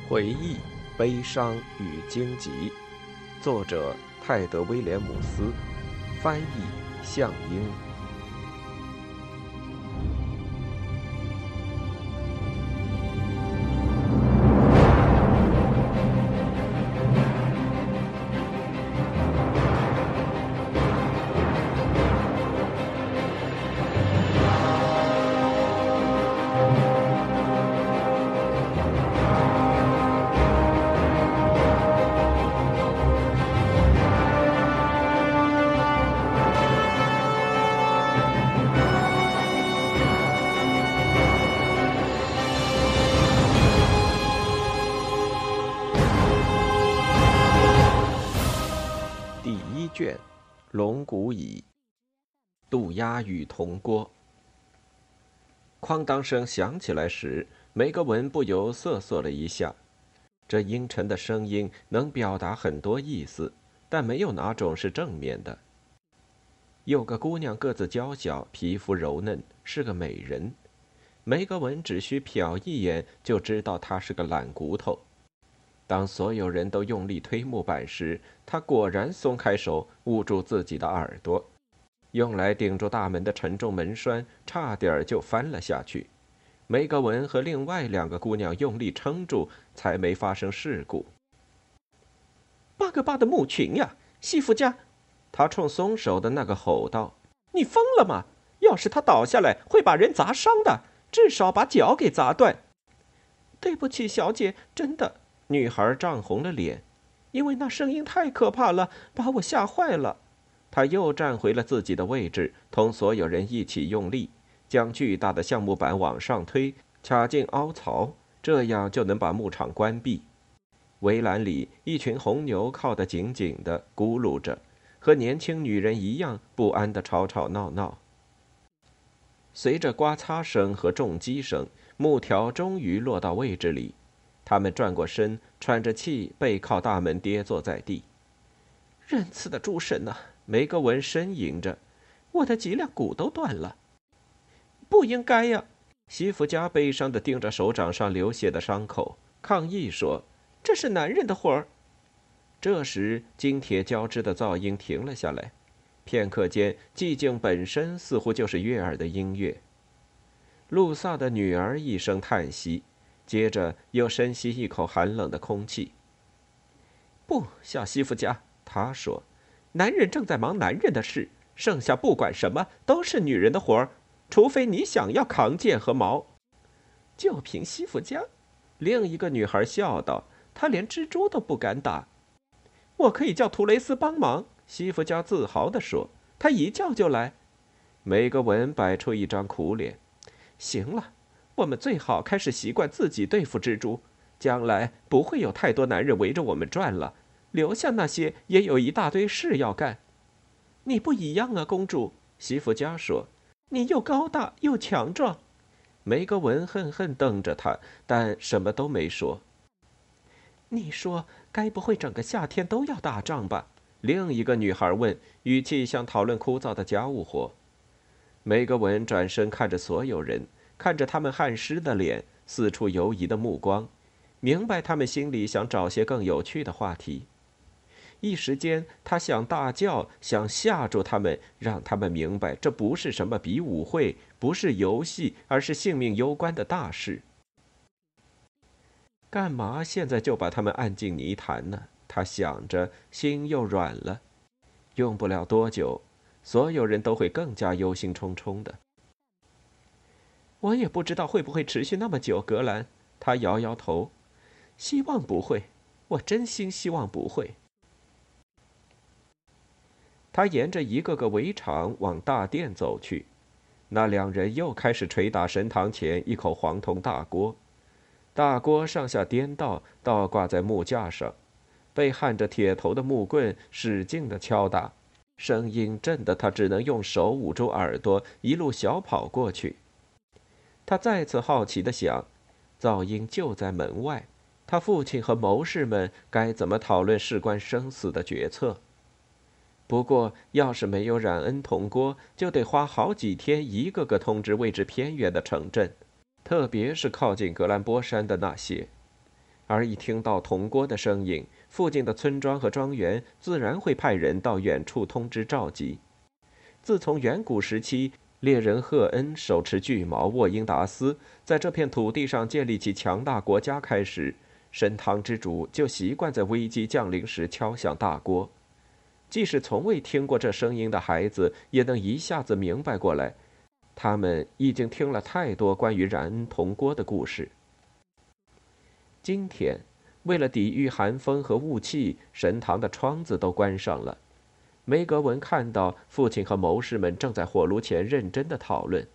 回忆、悲伤与荆棘，作者泰德·威廉姆斯，翻译向英。第一卷，龙骨蚁。渡鸦与铜锅。哐当声响起来时，梅格文不由瑟缩了一下。这阴沉的声音能表达很多意思，但没有哪种是正面的。有个姑娘个子娇小，皮肤柔嫩，是个美人。梅格文只需瞟一眼就知道她是个懒骨头。当所有人都用力推木板时，他果然松开手，捂住自己的耳朵。用来顶住大门的沉重门栓差点就翻了下去。梅格文和另外两个姑娘用力撑住，才没发生事故。 八个八的木群呀，西夫家！ 他冲松手的那个吼道：“ 你疯了吗？要是他倒下来，会把人砸伤的，至少把脚给砸断。”对不起，小姐，真的。 女孩涨红了脸， 因为那声音太可怕了，把我吓坏了。 她又站回了自己的位置，同所有人一起用力，将巨大的橡木板往上推，卡进凹槽，这样就能把牧场关闭。围栏里，一群红牛靠得紧紧的，咕噜着，和年轻女人一样不安地吵吵闹闹。随着刮擦声和重击声，木条终于落到位置里。他们转过身，喘着气，背靠大门，跌坐在地。 仁慈的诸神啊！ 梅格文呻吟着， 我的脊梁骨都断了。不应该呀！ 西弗加悲伤地盯着手掌上流血的伤口，抗议说：“ 这是男人的活儿。” 这时，金铁交织的噪音停了下来。片刻间，寂静本身似乎就是悦耳的音乐。路萨的女儿一声叹息。接着又深吸一口寒冷的空气。 不，小西弗家，他说，男人正在忙男人的事，剩下不管什么都是女人的活儿，除非你想要扛剑和矛。就凭西弗家， 另一个女孩笑道， 她连蜘蛛都不敢打。我可以叫图雷斯帮忙， 西弗家自豪地说， 他一叫就来。 梅格文摆出一张苦脸。 行了。我们最好开始习惯自己对付蜘蛛，将来不会有太多男人围着我们转了，留下那些也有一大堆事要干。你不一样啊，公主， 西弗加说， 你又高大又强壮。 梅格文恨恨瞪着他，但什么都没说。 你说该不会整个夏天都要打仗吧？ 另一个女孩问，语气像讨论枯燥的家务活。梅格文转身看着所有人，看着他们汗湿的脸，四处游移的目光，明白他们心里想找些更有趣的话题。一时间，他想大叫，想吓住他们，让他们明白这不是什么比武会，不是游戏，而是性命攸关的大事。干嘛现在就把他们按进泥潭呢？他想着，心又软了。用不了多久，所有人都会更加忧心忡忡的。 我也不知道会不会持续那么久，格兰。他摇摇头，希望不会，我真心希望不会。 他沿着一个个围场往大殿走去，那两人又开始捶打神堂前一口黄铜大锅，大锅上下颠倒，倒挂在木架上，被焊着铁头的木棍使劲地敲打，声音震得他只能用手捂住耳朵，一路小跑过去。他再次好奇地想，噪音就在门外，他父亲和谋士们该怎么讨论事关生死的决策？不过，要是没有冉恩铜锅，就得花好几天一个个通知位置偏远的城镇，特别是靠近格兰波山的那些。 而一听到铜锅的声音，附近的村庄和庄园自然会派人到远处通知召集。自从远古时期，猎人赫恩手持巨矛沃因达斯在这片土地上建立起强大国家开始，神堂之主就习惯在危机降临时敲响大锅。即使从未听过这声音的孩子，也能一下子明白过来，他们已经听了太多关于染恩铜锅的故事。今天，为了抵御寒风和雾气，神堂的窗子都关上了。梅格文看到父亲和谋士们正在火炉前认真的讨论。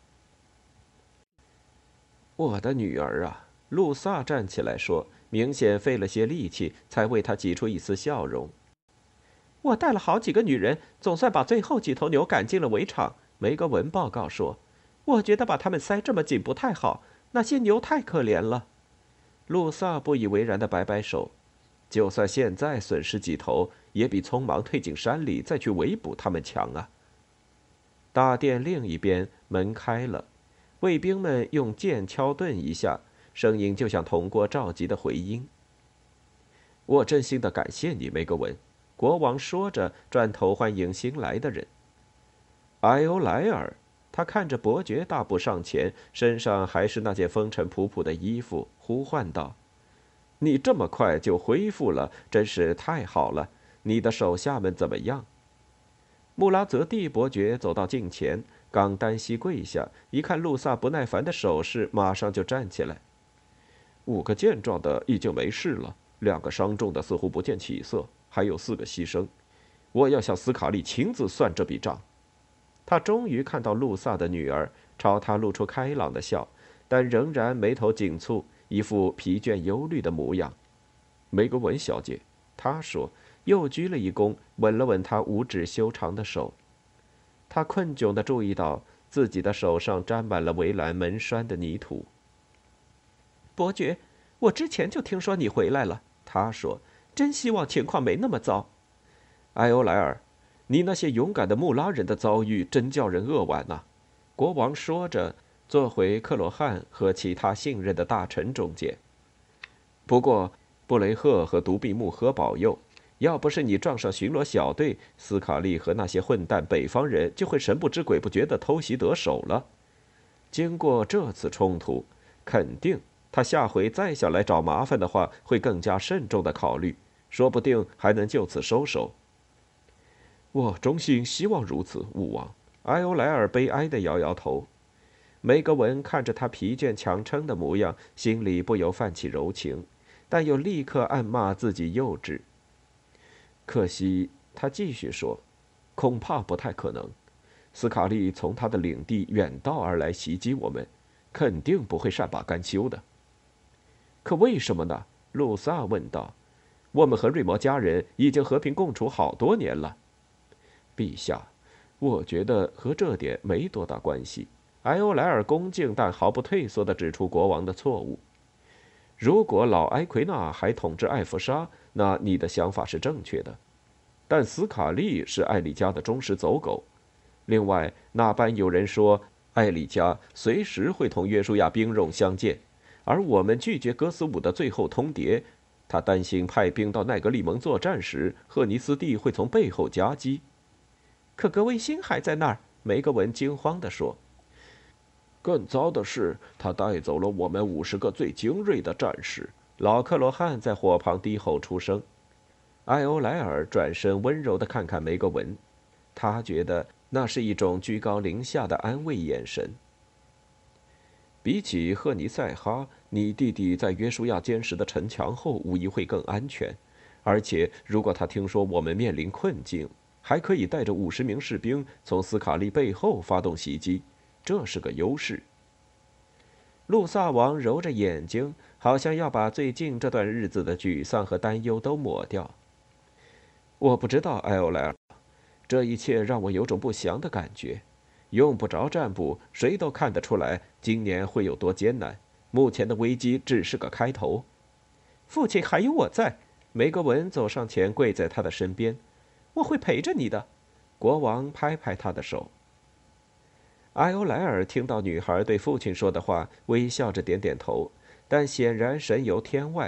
我的女儿啊，路萨站起来说，明显费了些力气，才为她挤出一丝笑容。我带了好几个女人，总算把最后几头牛赶进了围场。梅格文报告说，我觉得把它们塞这么紧不太好，那些牛太可怜了。路萨不以为然地摆摆手，就算现在损失几头，也比匆忙退进山里再去围捕他们强啊。大殿另一边门开了，卫兵们用剑敲顿一下，声音就像铜锅召集的回音。我真心的感谢你，梅格文，国王说着，转头欢迎新来的人。埃欧莱尔，他看着伯爵大步上前，身上还是那件风尘仆仆的衣服，呼唤道：“你这么快就恢复了，真是太好了！你的手下们怎么样？”穆拉泽蒂伯爵走到近前，刚单膝跪下，一看路萨不耐烦的手势，马上就站起来。5个健壮的已经没事了，2个伤重的似乎不见起色，还有4个牺牲。我要向斯卡利亲自算这笔账。他终于看到路萨的女儿，朝他露出开朗的笑，但仍然眉头紧蹙，一副疲倦忧虑的模样。梅格文小姐，他说，又鞠了一躬，吻了吻她五指修长的手。他困窘地注意到自己的手上沾满了围栏门栓的泥土。伯爵，我之前就听说你回来了，他说，真希望情况没那么糟。埃欧莱尔，你那些勇敢的穆拉人的遭遇真叫人扼腕呐！国王说着，坐回克罗汉和其他信任的大臣中间。不过，布雷赫和独臂木呵保佑，要不是你撞上巡逻小队，斯卡利和那些混蛋北方人就会神不知鬼不觉地偷袭得手了。经过这次冲突，肯定他下回再想来找麻烦的话，会更加慎重地考虑，说不定还能就此收手。我衷心希望如此，吾王。埃欧莱尔悲哀地摇摇头。梅格文看着他疲倦强撑的模样，心里不由泛起柔情，但又立刻暗骂自己幼稚。可惜，他继续说，恐怕不太可能。斯卡利从他的领地远道而来袭击我们，肯定不会善罢甘休的。可为什么呢？路萨问道。我们和瑞摩家人已经和平共处好多年了。陛下，我觉得和这点没多大关系。埃欧莱尔恭敬但毫不退缩地指出国王的错误。如果老埃奎纳还统治艾弗沙，那你的想法是正确的。但斯卡利是艾里加的忠实走狗。另外，那般有人说，艾里加随时会同约书亚兵戎相见，而我们拒绝哥斯武的最后通牒。他担心派兵到奈格利蒙作战时，赫尼斯蒂会从背后夹击。可格维辛还在那儿，梅格文惊慌地说。更糟的是，他带走了我们50个最精锐的战士。老克罗汉在火旁低吼出声。埃欧莱尔转身温柔地看看梅格文，他觉得那是一种居高临下的安慰眼神。比起赫尼塞哈，你弟弟在约书亚坚实的城墙后无疑会更安全，而且如果他听说我们面临困境，还可以带着50名士兵从斯卡利背后发动袭击，这是个优势。路萨王揉着眼睛，好像要把最近这段日子的沮丧和担忧都抹掉。我不知道，埃欧莱尔，这一切让我有种不祥的感觉。用不着占卜，谁都看得出来今年会有多艰难。目前的危机只是个开头。父亲还有我在。梅格文走上前，跪在他的身边。我会陪着你的。国王拍拍他的手。埃欧莱尔听到女孩对父亲说的话，微笑着点点头，但显然神游天外，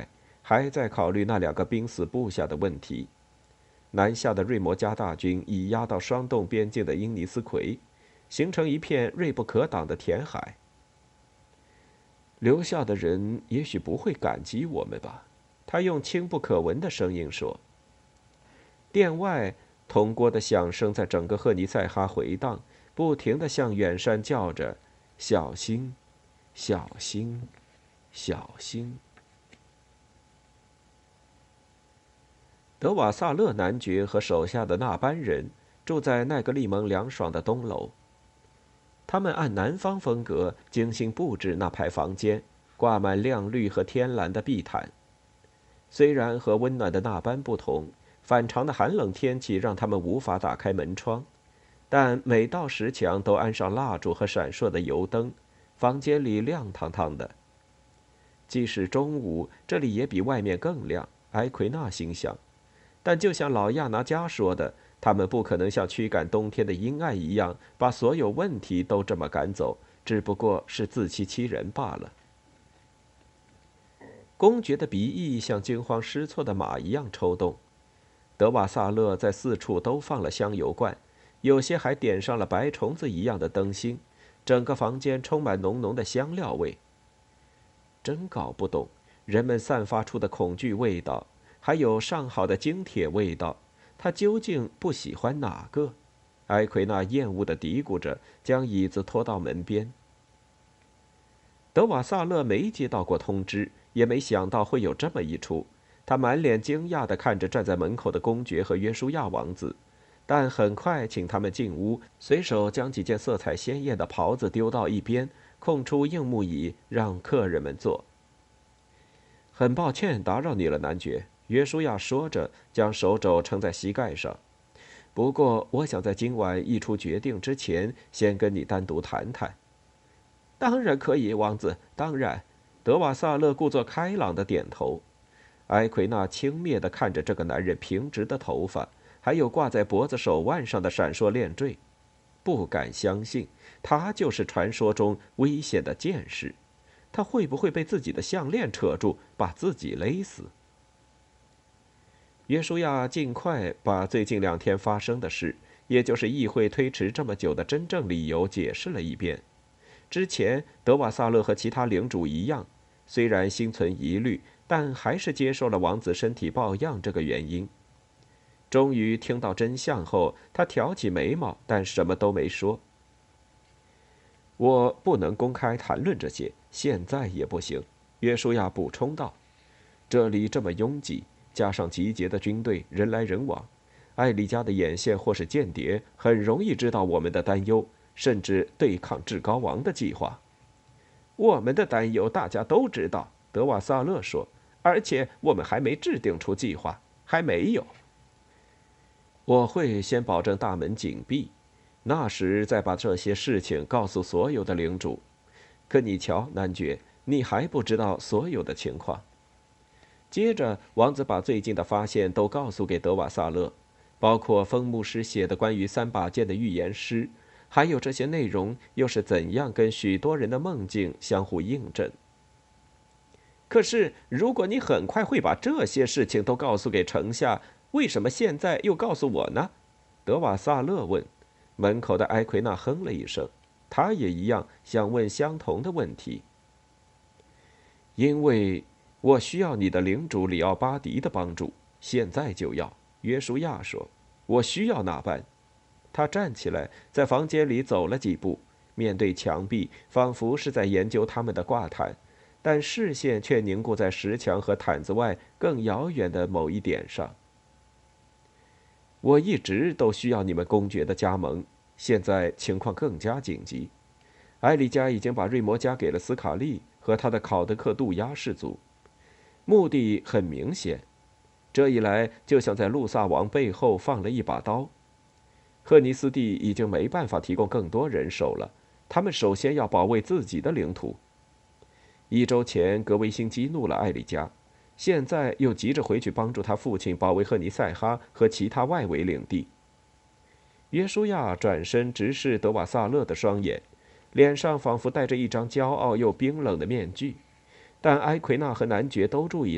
还在考虑那2个濒死部下的问题。南下的瑞摩加大军已压到霜冻边境的英尼斯奎，形成一片锐不可挡的填海。留下的人也许不会感激我们吧，他用轻不可闻的声音说。殿外铜锅的响声在整个赫尼塞哈回荡，不停地向远山叫着：“小心，小心，小心。”德瓦萨勒男爵和手下的那班人住在奈格利蒙凉爽的东楼。他们按南方风格精心布置那排房间，挂满亮绿和天蓝的地毯。虽然和温暖的那班不同，反常的寒冷天气让他们无法打开门窗，但每道石墙都安上蜡烛和闪烁的油灯，房间里亮堂堂的。即使中午，这里也比外面更亮，埃奎纳心想。但就像老亚拿加说的，他们不可能像驱赶冬天的阴霭一样，把所有问题都这么赶走，只不过是自欺欺人罢了。公爵的鼻翼像惊慌失措的马一样抽动。德瓦萨勒在4处都放了香油罐，有些还点上了白虫子一样的灯芯，整个房间充满浓浓的香料味。真搞不懂，人们散发出的恐惧味道，还有上好的精铁味道，他究竟不喜欢哪个？埃奎纳厌恶地嘀咕着，将椅子拖到门边。德瓦萨勒没接到过通知，也没想到会有这么一出。他满脸惊讶地看着站在门口的公爵和约书亚王子，但很快请他们进屋，随手将几件色彩鲜艳的袍子丢到一边，空出硬木椅让客人们坐。很抱歉打扰你了，男爵，约书亚说着，将手肘撑在膝盖上。不过，我想在今晚一出决定之前，先跟你单独谈谈。当然可以，王子，当然。德瓦萨勒故作开朗地点头。埃奎纳轻蔑地看着这个男人平直的头发，还有挂在脖子手腕上的闪烁链坠，不敢相信，他就是传说中危险的剑士。他会不会被自己的项链扯住，把自己勒死？约书亚尽快把最近2天发生的事，也就是议会推迟这么久的真正理由解释了一遍。之前，德瓦萨勒和其他领主一样，虽然心存疑虑，但还是接受了王子身体抱恙这个原因。终于听到真相后，他挑起眉毛，但什么都没说。我不能公开谈论这些，现在也不行。约书亚补充道：“这里这么拥挤，加上集结的军队，人来人往，艾丽加的眼线或是间谍很容易知道我们的担忧，甚至对抗至高王的计划。我们的担忧大家都知道。”德瓦萨勒说，而且我们还没制定出计划，还没有。我会先保证大门紧闭，那时再把这些事情告诉所有的领主。可你瞧，男爵，你还不知道所有的情况。接着，王子把最近的发现都告诉给德瓦萨勒，包括风牧师写的关于3把剑的预言诗，还有这些内容又是怎样跟许多人的梦境相互印证。可是，如果你很快会把这些事情都告诉给丞相，为什么现在又告诉我呢？德瓦萨勒问。门口的埃奎纳哼了一声，他也一样想问相同的问题。因为我需要你的领主里奥巴迪的帮助，现在就要。约书亚说：“我需要那般。”他站起来，在房间里走了几步，面对墙壁，仿佛是在研究他们的挂毯。但视线却凝固在石墙和毯子外更遥远的某一点上。我一直都需要你们公爵的加盟，现在情况更加紧急。埃里加已经把瑞摩加给了斯卡利和他的考德克杜亚氏族，目的很明显，这一来就像在路萨王背后放了一把刀。赫尼斯蒂已经没办法提供更多人手了，他们首先要保卫自己的领土。1周前，格维辛激怒了艾里加，现在又急着回去帮助他父亲保卫赫尼塞哈和其他外围领地。约书亚转身直视德瓦萨勒的双眼，脸上仿佛戴着一张骄傲又冰冷的面具。但埃奎纳和男爵都注意到，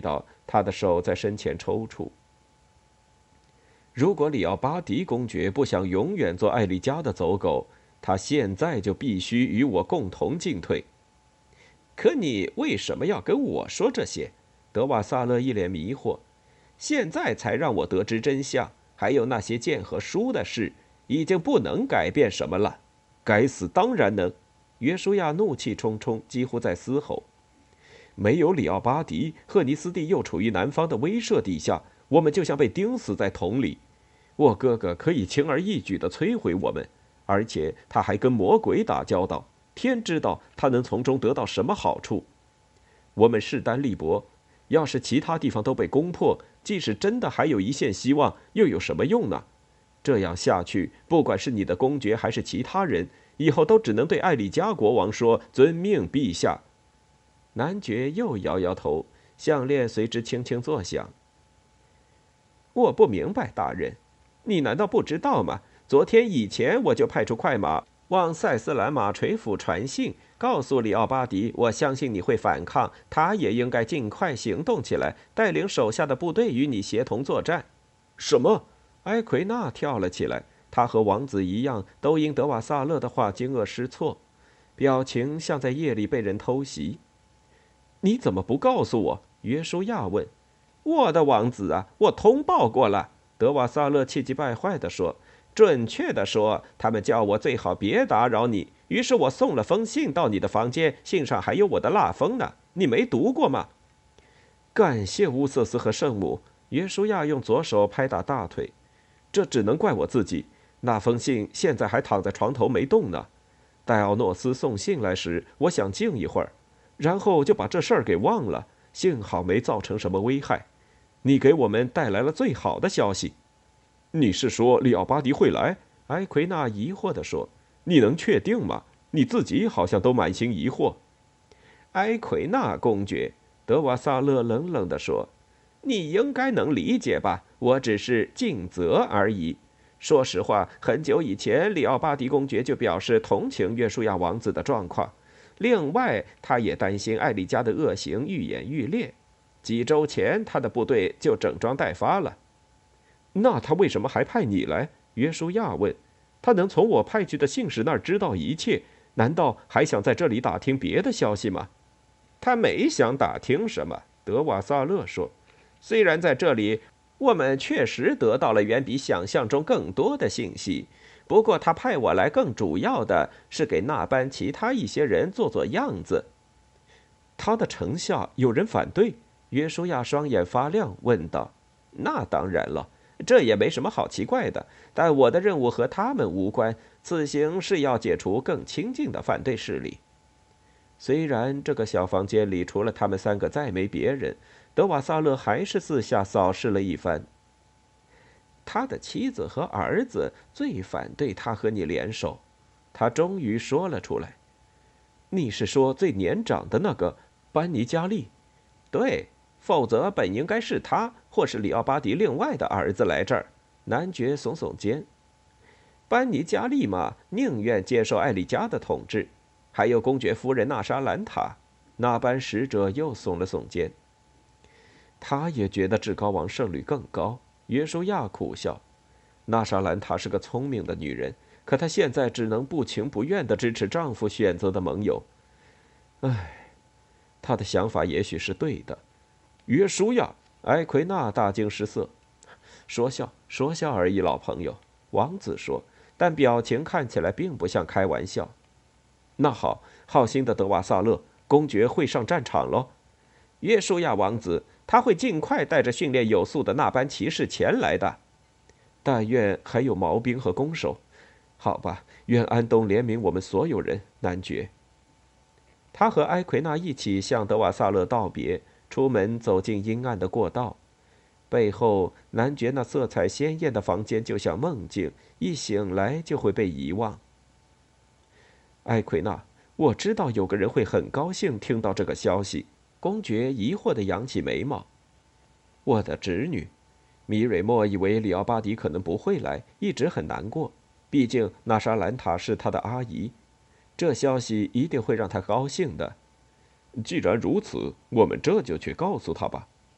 他的手在身前抽搐。如果里奥巴迪公爵不想永远做艾丽加的走狗，他现在就必须与我共同进退。可你为什么要跟我说这些？德瓦萨勒一脸迷惑。现在才让我得知真相，还有那些剑和书的事，已经不能改变什么了。该死，当然能！约书亚怒气冲冲，几乎在嘶吼。没有里奥巴迪，赫尼斯蒂又处于南方的威慑底下，我们就像被钉死在桶里。我哥哥可以轻而易举地摧毁我们，而且他还跟魔鬼打交道，天知道他能从中得到什么好处。我们势单力薄，要是其他地方都被攻破，即使真的还有一线希望，又有什么用呢？这样下去，不管是你的公爵还是其他人，以后都只能对艾丽加国王说：“遵命，陛下。”男爵又摇摇头，项链随之轻轻作响。我不明白，大人，你难道不知道吗？昨天以前我就派出快马往塞斯兰马垂府传信，告诉里奥巴迪，我相信你会反抗，他也应该尽快行动起来，带领手下的部队与你协同作战。什么？埃奎纳跳了起来，他和王子一样，都因德瓦萨勒的话惊愕失措，表情像在夜里被人偷袭。你怎么不告诉我？约书亚问。我的王子啊，我通报过了。德瓦萨勒气急败坏地说。准确地说，他们叫我最好别打扰你。于是我送了封信到你的房间，信上还有我的蜡封呢。你没读过吗？感谢乌瑟斯和圣母。约书亚用左手拍打大腿。这只能怪我自己。那封信现在还躺在床头没动呢。戴奥诺斯送信来时，我想静一会儿，然后就把这事儿给忘了。幸好没造成什么危害。你给我们带来了最好的消息。你是说里奥巴迪会来？埃奎纳疑惑地说。你能确定吗？你自己好像都满心疑惑。埃奎纳公爵，德瓦萨勒冷冷地说，你应该能理解吧，我只是尽责而已。说实话，很久以前里奥巴迪公爵就表示同情约书亚王子的状况，另外他也担心艾丽加的恶行愈演愈烈。几周前他的部队就整装待发了。那他为什么还派你来？约书亚问。他能从我派去的信使那儿知道一切，难道还想在这里打听别的消息吗？他没想打听什么，德瓦萨勒说。虽然在这里我们确实得到了远比想象中更多的信息，不过他派我来更主要的是给那班其他一些人做做样子。他的城下有人反对？约书亚双眼发亮，问道。那当然了，这也没什么好奇怪的，但我的任务和他们无关，此行是要解除更亲近的反对势力。虽然这个小房间里除了他们三个再没别人，德瓦萨勒还是四下扫视了一番。他的妻子和儿子最反对他和你联手，他终于说了出来。你是说最年长的那个班尼加利？对，否则本应该是他或是里奥巴迪另外的儿子来这儿。男爵耸耸肩。班尼加利嘛，宁愿接受艾丽加的统治。还有公爵夫人娜莎兰塔。那班使者又耸了耸肩。他也觉得至高王胜率更高。约书亚苦笑。娜莎兰塔是个聪明的女人，可她现在只能不情不愿地支持丈夫选择的盟友。唉，她的想法也许是对的。约书亚，埃奎纳大惊失色。说笑而已，老朋友。王子说，但表情看起来并不像开玩笑。那好，好心的德瓦萨勒公爵会上战场喽。约书亚王子，他会尽快带着训练有素的那班骑士前来的。但愿还有毛兵和弓手。好吧，愿安东怜悯我们所有人，男爵。他和埃奎纳一起向德瓦萨勒道别，出门走进阴暗的过道。背后，男爵那色彩鲜艳的房间就像梦境，一醒来就会被遗忘。埃奎纳，我知道有个人会很高兴听到这个消息。公爵疑惑地扬起眉毛。我的侄女。米蕊莫以为里奥巴迪可能不会来，一直很难过。毕竟娜莎兰塔是他的阿姨，这消息一定会让他高兴的。既然如此，我们这就去告诉他吧。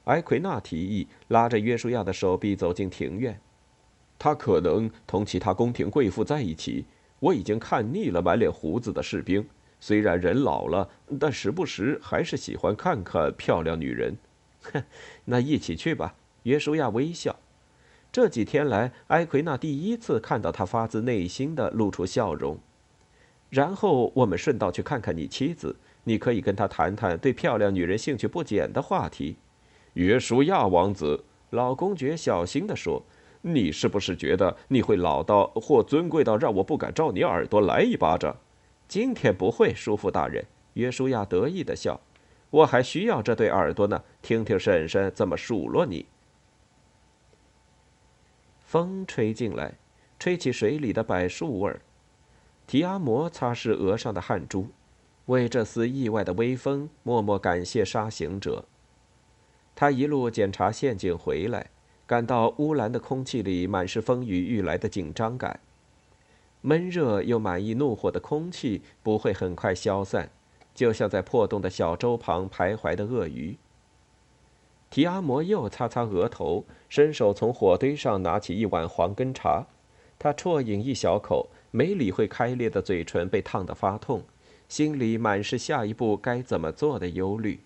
埃奎纳提议拉着约书亚的手臂走进庭院。他可能同其他宫廷贵妇在一起。我已经看腻了满脸胡子的士兵，虽然人老了，但时不时还是喜欢看看漂亮女人。 哼，那一起去吧。约书亚微笑。这几天来，埃奎纳第一次看到他发自内心的露出笑容。然后我们顺道去看看你妻子，你可以跟她谈谈对漂亮女人兴趣不减的话题。 约书亚王子，老公爵小心地说。你是不是觉得你会老到或尊贵到让我不敢照你耳朵来一巴掌？ 今天不会，叔父大人。约书亚得意地笑。我还需要这对耳朵呢，听听婶婶怎么数落你。风吹进来，吹起水里的柏树味儿。提阿摩擦拭额上的汗珠，为这丝意外的微风默默感谢杀行者。他一路检查陷阱回来。感到乌兰的空气里满是风雨欲来的紧张感，闷热又满溢怒火的空气不会很快消散，就像在破洞的小舟旁徘徊的鳄鱼。提阿摩又擦擦额头，伸手从火堆上拿起一碗黄根茶，他啜饮一小口，没理会开裂的嘴唇被烫得发痛，心里满是下一步该怎么做的忧虑。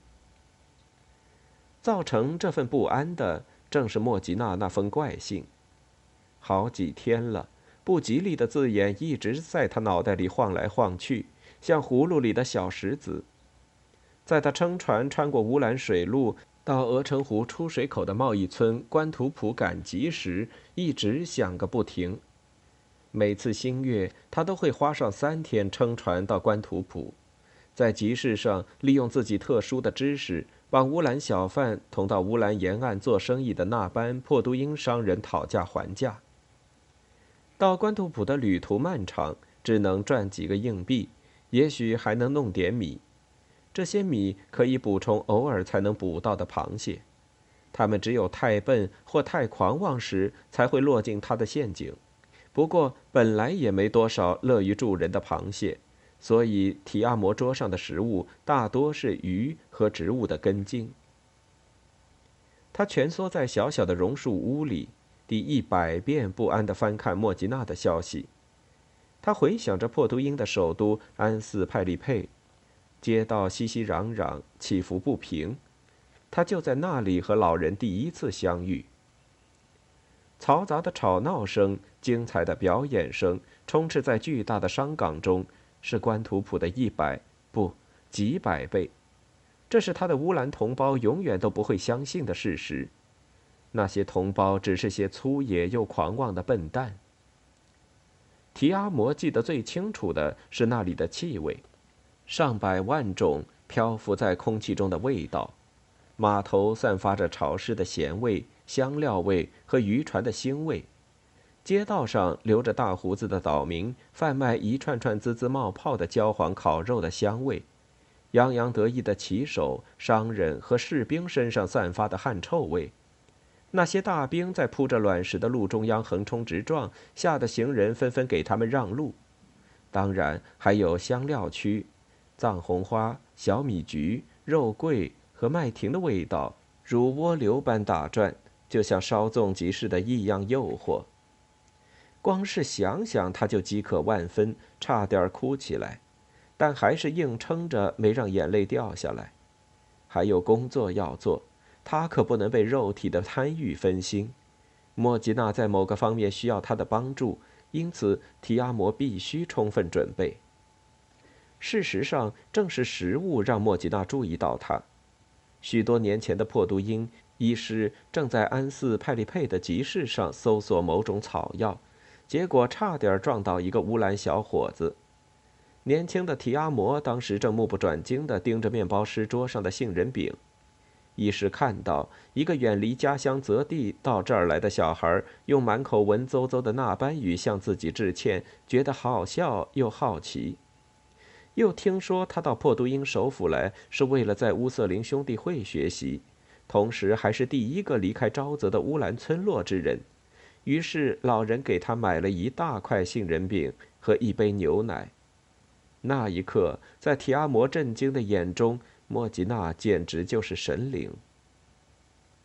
造成这份不安的正是莫吉娜那封怪信。好几天了，不吉利的字眼一直在他脑袋里晃来晃去，像葫芦里的小石子。在他乘船穿过乌兰水路到鹅城湖出水口的贸易村关图普赶集时，一直响个不停。每次新月，他都会花上3天乘船到关图普，在集市上利用自己特殊的知识，帮乌兰小贩同到乌兰沿岸做生意的那班破都因商人讨价还价。到关图普的旅途漫长，只能赚几个硬币，也许还能弄点米。这些米可以补充偶尔才能捕到的螃蟹，他们只有太笨或太狂妄时才会落进他的陷阱。不过本来也没多少乐于助人的螃蟹，所以提阿摩桌上的食物大多是鱼和植物的根茎。他蜷缩在小小的榕树屋里，第100遍不安地翻看莫吉娜的消息。他回想着破都因的首都安斯派利佩，街道熙熙攘攘，起伏不平。他就在那里和老人第一次相遇。嘈杂的吵闹声，精彩的表演声，充斥在巨大的商港中，是关图普的100不几百倍。这是他的乌兰同胞永远都不会相信的事实。那些同胞只是些粗野又狂妄的笨蛋。提阿摩记得最清楚的是那里的气味，上百万种漂浮在空气中的味道。码头散发着潮湿的咸味、香料味和渔船的腥味。街道上留着大胡子的岛民贩卖一串串滋滋冒泡的焦黄烤肉的香味。洋洋得意的骑手、商人和士兵身上散发的汗臭味。那些大兵在铺着卵石的路中央横冲直撞，吓得行人纷纷给他们让路。当然还有香料区，藏红花、小米菊、肉桂和麦亭的味道如涡流般打转，就像稍纵即逝的异样诱惑。光是想想他就饥渴万分，差点哭起来，但还是硬撑着没让眼泪掉下来。还有工作要做，他可不能被肉体的贪欲分心。莫吉娜在某个方面需要他的帮助，因此提阿摩必须充分准备。事实上，正是食物让莫吉娜注意到他。许多年前的破都因医师正在安斯派利佩的集市上搜索某种草药，结果差点撞倒一个乌兰小伙子。年轻的提阿摩当时正目不转睛地盯着面包师桌上的杏仁饼。医师看到一个远离家乡泽地到这儿来的小孩用满口文绉绉的那般语向自己致歉，觉得好笑又好奇。又听说他到破都因首府来是为了在乌瑟林兄弟会学习，同时还是第一个离开沼泽的乌兰村落之人。于是老人给他买了一大块杏仁饼和一杯牛奶。那一刻，在提阿摩震惊的眼中，莫吉娜简直就是神灵。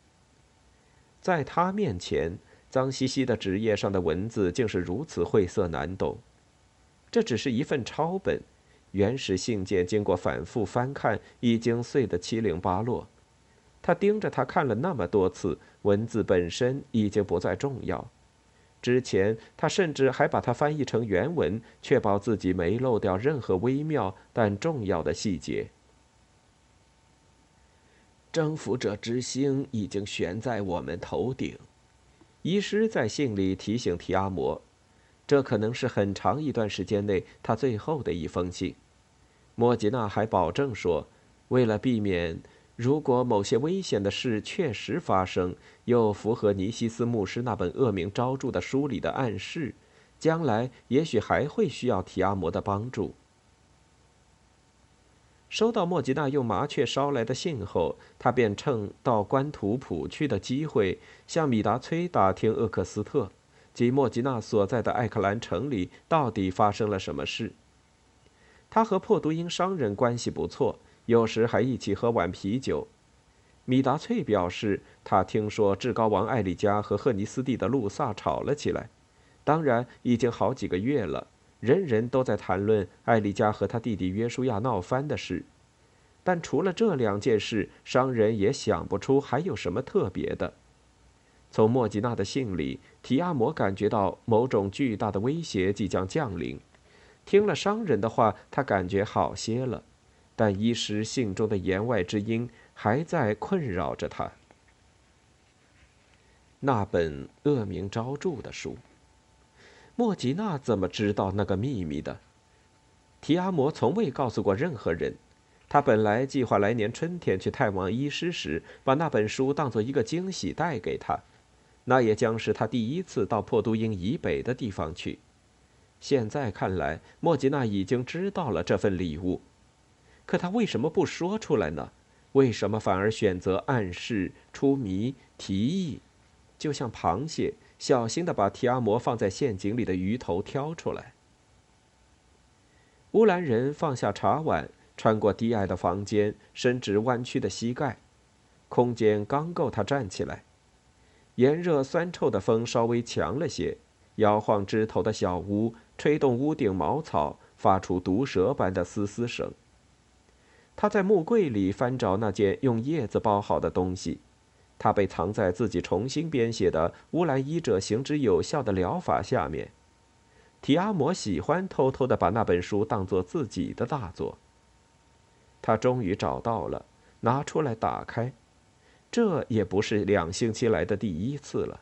在他面前，脏兮兮的纸页上的文字竟是如此晦涩难懂。这只是一份抄本，原始信件经过反复翻看，已经碎得七零八落。他盯着它看了那么多次，文字本身已经不再重要。之前他甚至还把它翻译成原文，确保自己没漏掉任何微妙但重要的细节。征服者之星已经悬在我们头顶，医师在信里提醒提阿摩，这可能是很长一段时间内他最后的一封信。莫吉娜还保证说，为了避免如果某些危险的事确实发生，又符合尼西斯牧师那本恶名昭著的书里的暗示，将来也许还会需要提阿摩的帮助。收到莫吉娜用麻雀捎来的信后，他便趁到关图普去的机会，向米达崔打听厄克斯特及莫吉娜所在的艾克兰城里到底发生了什么事。他和破都因商人关系不错，有时还一起喝碗啤酒。米达翠表示，他听说至高王艾里加和赫尼斯蒂的路萨吵了起来，当然已经好几个月了。人人都在谈论艾丽加和他弟弟约书亚闹翻的事，但除了这两件事，商人也想不出还有什么特别的。从莫吉娜的信里，提阿摩感觉到某种巨大的威胁即将降临。听了商人的话，他感觉好些了，但医师信中的言外之音还在困扰着他。那本恶名昭著的书。莫吉娜怎么知道那个秘密的？提阿摩从未告诉过任何人。他本来计划来年春天去探望医师时，把那本书当作一个惊喜带给他，那也将是他第一次到破都因以北的地方去。现在看来，莫吉娜已经知道了这份礼物，可他为什么不说出来呢？为什么反而选择暗示、出谜、提议？就像螃蟹小心地把提阿摩放在陷阱里的鱼头挑出来。乌兰人放下茶碗，穿过低矮的房间，伸直弯曲的膝盖，空间刚够他站起来。炎热酸臭的风稍微强了些，摇晃枝头的小屋吹动屋顶茅草，发出毒蛇般的嘶嘶声。他在木柜里翻找那件用叶子包好的东西，它被藏在自己重新编写的乌兰医者行之有效的疗法下面。提阿摩喜欢偷偷地把那本书当作自己的大作。他终于找到了，拿出来打开，这也不是2星期来的第一次了。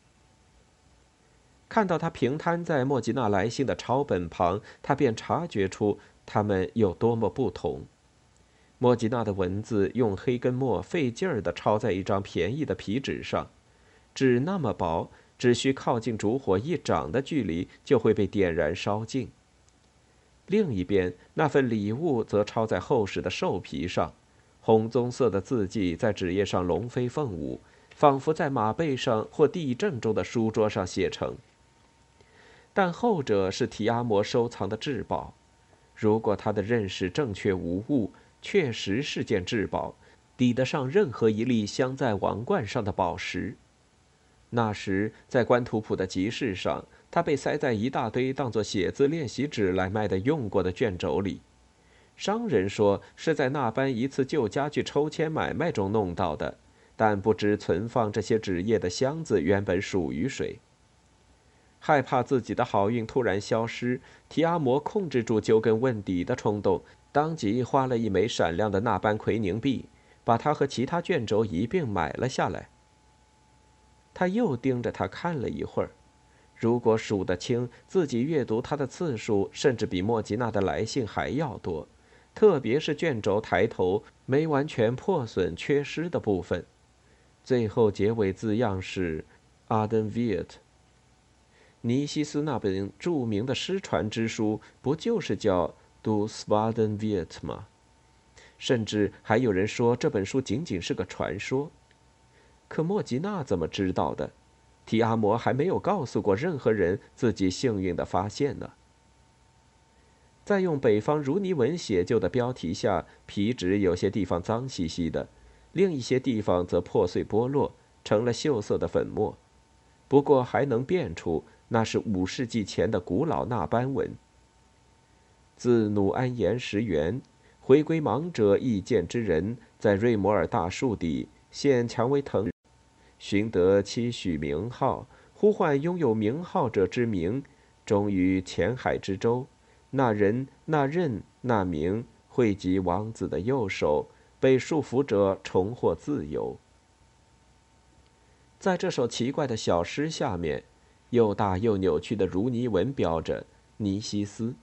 看到他平摊在莫吉娜来信的抄本旁，他便察觉出它们有多么不同。莫吉娜的文字用黑根墨费劲儿地抄在一张便宜的皮纸上，纸那么薄，只需靠近烛火1掌的距离就会被点燃烧尽。另一边，那份礼物则抄在厚实的兽皮上，红棕色的字迹在纸页上龙飞凤舞，仿佛在马背上或地震中的书桌上写成。但后者是提阿摩收藏的至宝，如果他的认识正确无误，确实是件至宝，抵得上任何一粒镶在王冠上的宝石。那时，在关图普的集市上，它被塞在一大堆当作写字练习纸来卖的用过的卷轴里。商人说是在那般一次旧家具抽签买卖中弄到的，但不知存放这些纸页的箱子原本属于谁。害怕自己的好运突然消失，提阿摩控制住究根问底的冲动，当即花了一枚闪亮的纳班奎宁币，把它和其他卷轴一并买了下来。他又盯着它看了一会儿，如果数得清，自己阅读它的次数甚至比莫吉娜的来信还要多，特别是卷轴抬头没完全破损缺失的部分。最后结尾字样是 Arden Viet。 尼西斯那本著名的失传之书不就是叫 Du Swaden Viet 吗？甚至还有人说这本书仅仅是个传说。可莫吉娜怎么知道的？提阿摩还没有告诉过任何人自己幸运的发现呢。在用北方如尼文写就的标题下，皮纸有些地方脏兮兮的，另一些地方则破碎剥落， 成了锈色的粉末，不过还能辨出那是5世纪前的古老那班文。自努安岩石原，回归盲者意见之人，在瑞摩尔大树底现蔷薇藤，寻得期许名号，呼唤拥有名号者之名，终于浅海之洲，那人那任那名汇集王子的右手，被束缚者重获自由。在这首奇怪的小诗下面，又大又扭曲的如尼文标着尼西斯。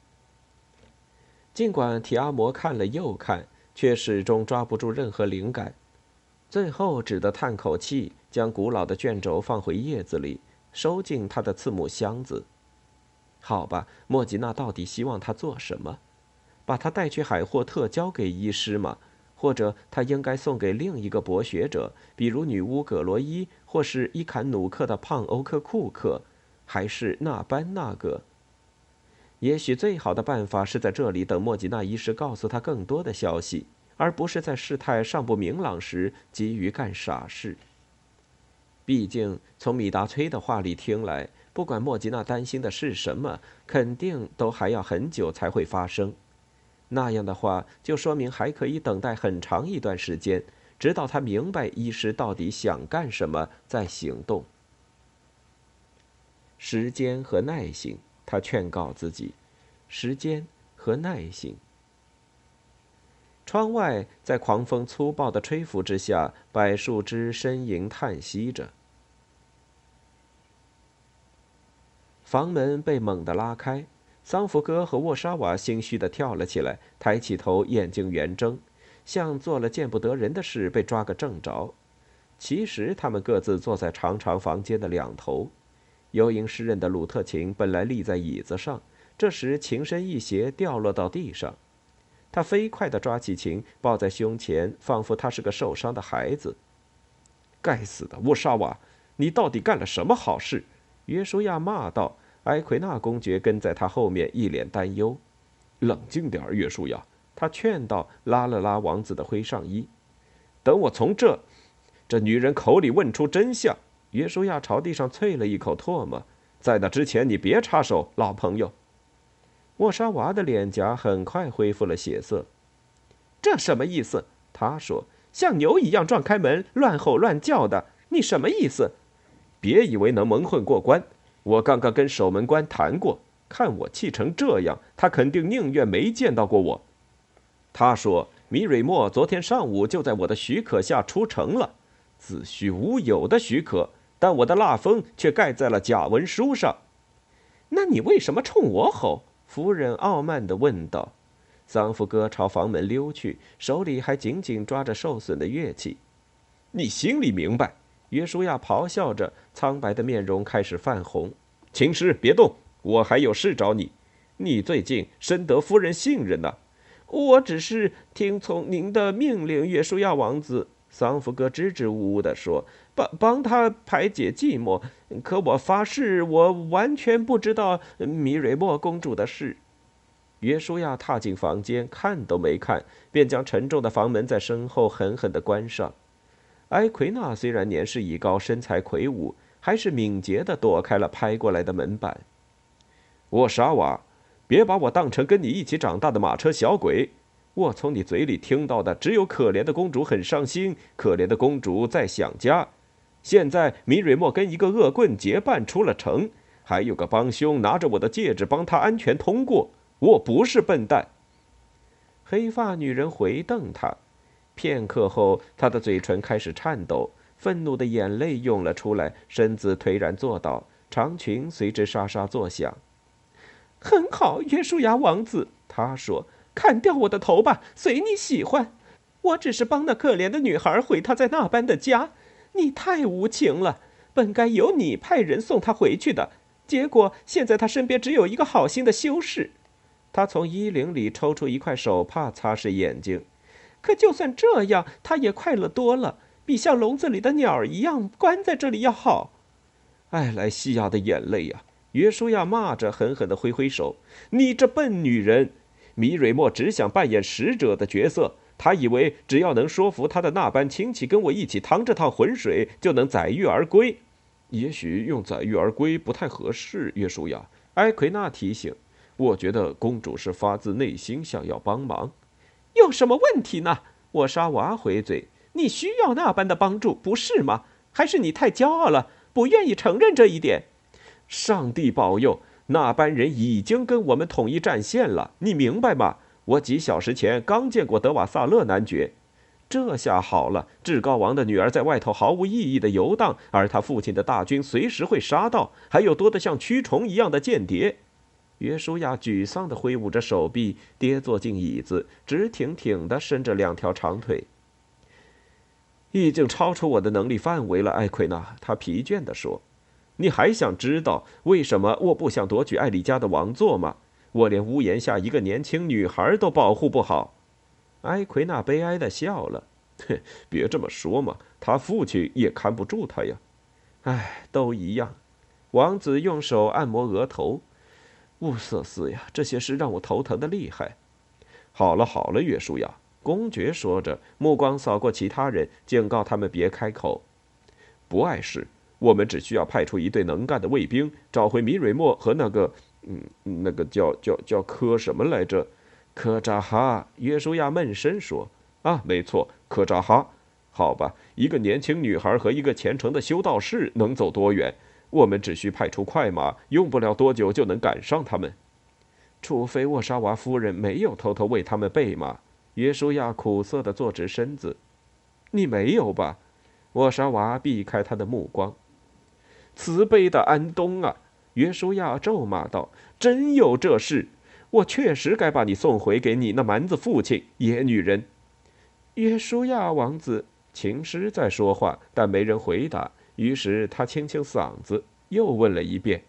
尽管提阿摩看了又看，却始终抓不住任何灵感，最后只得叹口气，将古老的卷轴放回叶子里，收进他的刺木箱子。好吧，莫吉娜到底希望他做什么？把他带去海霍特交给医师吗？或者他应该送给另一个博学者，比如女巫葛罗伊，或是伊坎努克的胖欧克库克，还是那班那个？也许最好的办法是在这里等莫吉娜医师告诉他更多的消息，而不是在事态尚不明朗时急于干傻事。毕竟从米达崔的话里听来，不管莫吉娜担心的是什么，肯定都还要很久才会发生。那样的话，就说明还可以等待很长一段时间，直到他明白医师到底想干什么，再行动。时间和耐性，他劝告自己，时间和耐性。窗外在狂风粗暴的吹拂之下，柏树枝呻吟叹息着。房门被猛地拉开，桑福哥和沃沙瓦心虚地跳了起来，抬起头，眼睛圆睁，像做了见不得人的事被抓个正着。其实他们各自坐在长长房间的两头。游吟诗人的鲁特琴本来立在椅子上，这时琴身一斜，掉落到地上。他飞快地抓起琴，抱在胸前，仿佛他是个受伤的孩子。该死的沃沙瓦，你到底干了什么好事？约书亚骂道。埃奎纳公爵跟在他后面，一脸担忧。冷静点，约书亚，他劝道，拉了拉王子的灰上衣。等我从这女人口里问出真相。约书亚朝地上啐了一口唾沫。在那之前，你别插手，老朋友。沃沙娃的脸颊很快恢复了血色。这什么意思？他说，像牛一样撞开门，乱吼乱叫的，你什么意思？别以为能蒙混过关。我刚刚跟守门官谈过，看我气成这样，他肯定宁愿没见到过我。他说，米蕊莫昨天上午就在我的许可下出城了，子虚乌有的许可，但我的蜡封却盖在了假文书上。那你为什么冲我吼？夫人傲慢地问道。桑福哥朝房门溜去，手里还紧紧抓着受损的乐器。你心里明白。约书亚咆哮着，苍白的面容开始泛红。琴师，别动，我还有事找你。你最近深得夫人信任呢。我只是听从您的命令，约书亚王子。桑福哥支支吾吾地说，帮他排解寂寞。可我发誓，我完全不知道米蕊莫公主的事。约书亚踏进房间，看都没看，便将沉重的房门在身后狠狠地关上。埃奎纳虽然年事已高，身材魁梧，还是敏捷地躲开了拍过来的门板。沃沙瓦，别把我当成跟你一起长大的马车小鬼。我从你嘴里听到的只有可怜的公主很伤心，可怜的公主在想家。现在米蕊莫跟一个恶棍结伴出了城，还有个帮凶拿着我的戒指帮他安全通过。我不是笨蛋。黑发女人回瞪他。片刻后，他的嘴唇开始颤抖，愤怒的眼泪涌了出来，身子颓然坐倒，长裙随之沙沙作响。很好，约书亚王子，他说，砍掉我的头吧，随你喜欢。我只是帮那可怜的女孩回她在那般的家。你太无情了，本该由你派人送她回去的，结果现在她身边只有一个好心的修士。他从衣领里抽出一块手帕擦拭眼睛。可就算这样，他也快乐多了，比像笼子里的鸟一样关在这里要好。艾莱西亚的眼泪呀！约书亚骂着，狠狠地挥挥手：“你这笨女人！米蕊莫只想扮演使者的角色， 他以为只要能说服他的那班亲戚跟我一起趟这趟浑水，就能载誉而归。 也许用载誉而归不太合适，约书亚。 埃奎纳提醒。 我觉得公主是发自内心想要帮忙。 有什么问题呢？沃沙瓦回嘴。你需要那般的帮助，不是吗？还是你太骄傲了，不愿意承认这一点？ 上帝保佑，那班人已经跟我们统一战线了，你明白吗？我几小时前刚见过德瓦萨勒男爵。这下好了，至高王的女儿在外头毫无意义的游荡，而他父亲的大军随时会杀到，还有多得像蛆虫一样的间谍。 约书亚沮丧地挥舞着手臂，跌坐进椅子，直挺挺地伸着2条长腿。 已经超出我的能力范围了，艾奎纳，他疲倦地说。你还想知道为什么我不想夺取艾丽家的王座吗？我连屋檐下一个年轻女孩都保护不好。 埃奎纳悲哀地笑了。 哼，别这么说嘛，他父亲也看不住他呀。 唉，都一样。王子用手按摩额头。 乌瑟斯呀，这些事让我头疼得厉害。好了好了，约书亚，公爵说着，目光扫过其他人，警告他们别开口。不碍事，我们只需要派出一队能干的卫兵，找回米蕊莫和那个叫科什么来着？ 科扎哈。约书亚闷声说：“ 啊，没错，科扎哈。好吧，一个年轻女孩和一个虔诚的修道士能走多远？我们只需派出快马，用不了多久就能赶上他们。 除非沃沙瓦夫人没有偷偷为他们备马。”约书亚苦涩地坐直身子。“你没有吧？”沃沙瓦避开他的目光。 “慈悲的安东啊！” 约书亚咒骂道，“真有这事！我确实该把你送回给你那蛮子父亲，野女人。”约书亚王子，琴师在说话，但没人回答。于是他清清嗓子，又问了一遍：“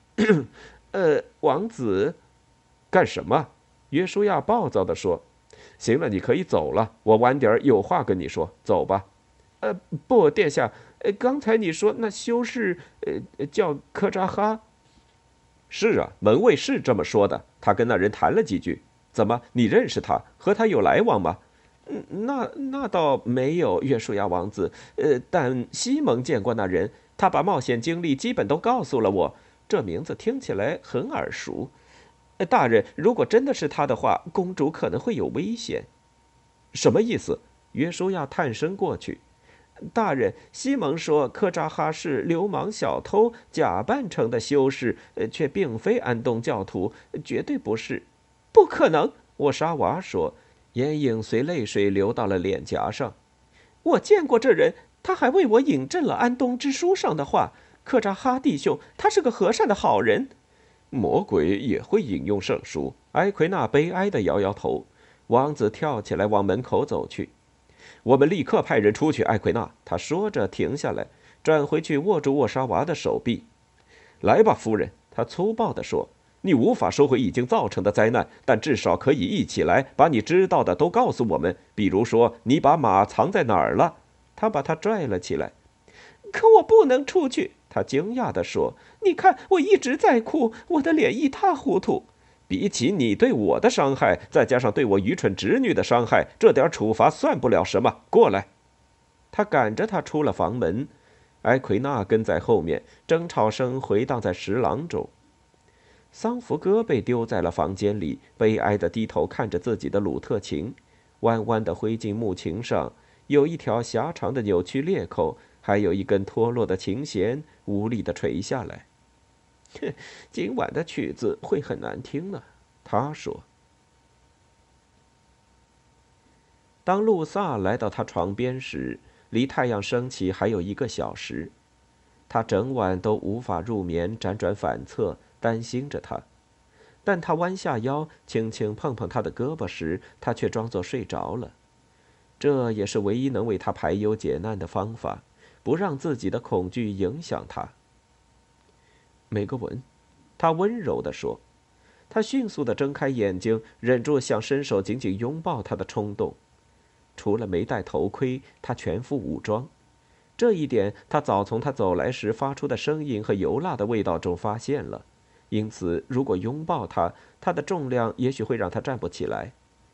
王子， 干什么？” 约书亚暴躁地说：“ 行了，你可以走了。我晚点有话跟你说，走吧。”“ 不，殿下，刚才你说那修士，叫科扎哈。”“ 是啊，门卫是这么说的。他跟那人谈了几句。怎么，你认识他？和他有来往吗？”“ 那倒没有，约书亚王子。但西蒙见过那人，他把冒险经历基本都告诉了我。这名字听起来很耳熟。大人，如果真的是他的话，公主可能会有危险。”“ 什么意思？” 约书亚探身过去。“大人，西蒙说科扎哈是流氓小偷假扮成的修士，却并非安东教徒，绝对不是。”“不可能！”沃沙瓦说。眼影随泪水流到了脸颊上。“我见过这人，他还为我引证了安东之书上的话。科扎哈弟兄，他是个和善的好人。”“ 魔鬼也会引用圣书。” 埃奎纳悲哀地摇摇头。王子跳起来往门口走去。 “我们立刻派人出去。”埃奎纳，他说着停下来，转回去握住沃沙娃的手臂。“来吧，夫人。”他粗暴地说。“你无法收回已经造成的灾难，但至少可以一起来把你知道的都告诉我们。比如说，你把马藏在哪儿了？” 他把他拽了起来。“可我不能出去！”他惊讶地说。“你看，我一直在哭，我的脸一塌糊涂。 比起你对我的伤害，再加上对我愚蠢侄女的伤害，这点处罚算不了什么。过来！” 他赶着他出了房门。埃奎纳跟在后面，争吵声回荡在石廊中。桑福哥被丢在了房间里，悲哀地低头看着自己的鲁特琴，弯弯的灰烬木琴上有一条狭长的扭曲裂口，还有一根脱落的琴弦无力地垂下来。“今晚的曲子会很难听呢。”他说。当路萨来到他床边时，离太阳升起还有1个小时。他整晚都无法入眠，辗转反侧，担心着他。但他弯下腰，轻轻碰碰他的胳膊时，他却装作睡着了。这也是唯一能为他排忧解难的方法，不让自己的恐惧影响他。“梅格文，”他温柔地说。他迅速地睁开眼睛，忍住想伸手紧紧拥抱他的冲动。除了没戴头盔，他全副武装。这一点他早从他走来时发出的声音和油辣的味道中发现了，因此如果拥抱他，他的重量也许会让他站不起来。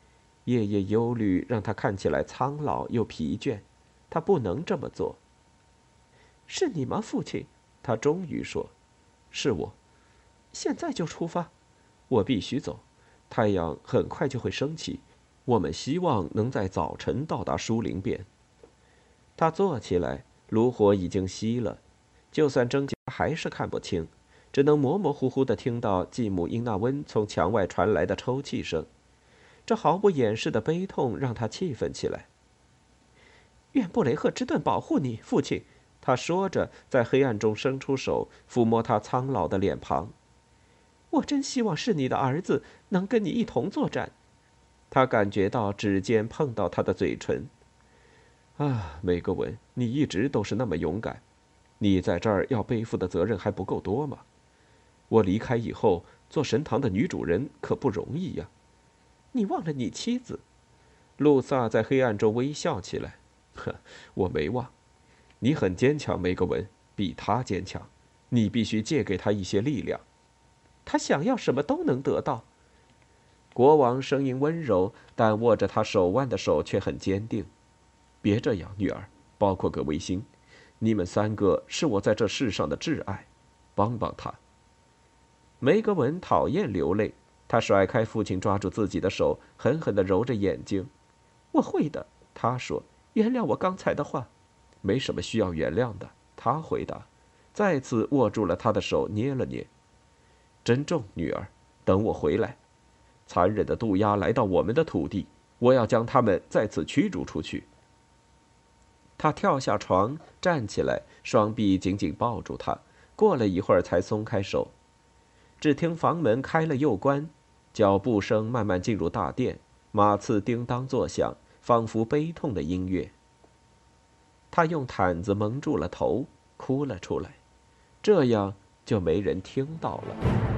夜夜忧虑让他看起来苍老又疲倦，他不能这么做。是你吗，父亲？他终于说：“是我。”现在就出发？我必须走，太阳很快就会升起。我们希望能在早晨到达舒灵便。他坐起来，炉火已经熄了，就算睁眼还是看不清，只能模模糊糊地听到继母英纳温从墙外传来的抽泣声。这毫不掩饰的悲痛让他气愤起来。愿布雷赫之盾保护你，父亲。他说着，在黑暗中伸出手抚摸他苍老的脸庞。我真希望是你的儿子，能跟你一同作战。他感觉到指尖碰到他的嘴唇。啊，梅格文，你一直都是那么勇敢，你在这儿要背负的责任还不够多吗？我离开以后，做神堂的女主人可不容易呀。你忘了你妻子？路萨在黑暗中微笑起来。呵，我没忘。你很坚强，梅格文，比他坚强。你必须借给他一些力量。他想要什么都能得到。国王声音温柔，但握着他手腕的手却很坚定。别这样，女儿，包括葛维辛，你们3个是我在这世上的挚爱，帮帮他。梅格文讨厌流泪，他甩开父亲抓住自己的手，狠狠地揉着眼睛。我会的，他说，原谅我刚才的话。没什么需要原谅的，他回答，再次握住了他的手，捏了捏。珍重，女儿，等我回来。残忍的渡鸦来到我们的土地，我要将他们再次驱逐出去。他跳下床，站起来，双臂紧紧抱住他，过了一会儿才松开手。只听房门开了又关，脚步声慢慢进入大殿，马刺叮当作响，仿佛悲痛的音乐。他用毯子蒙住了头，哭了出来，这样就没人听到了。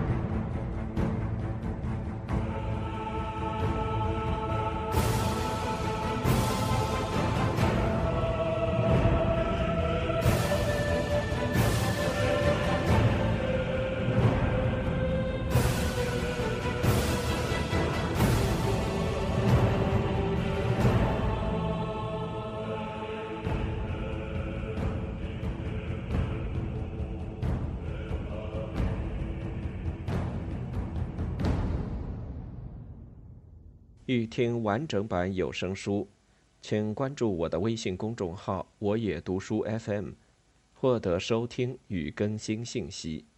欲听完整版有声书，请关注我的微信公众号“我也读书 FM”，获得收听与更新信息。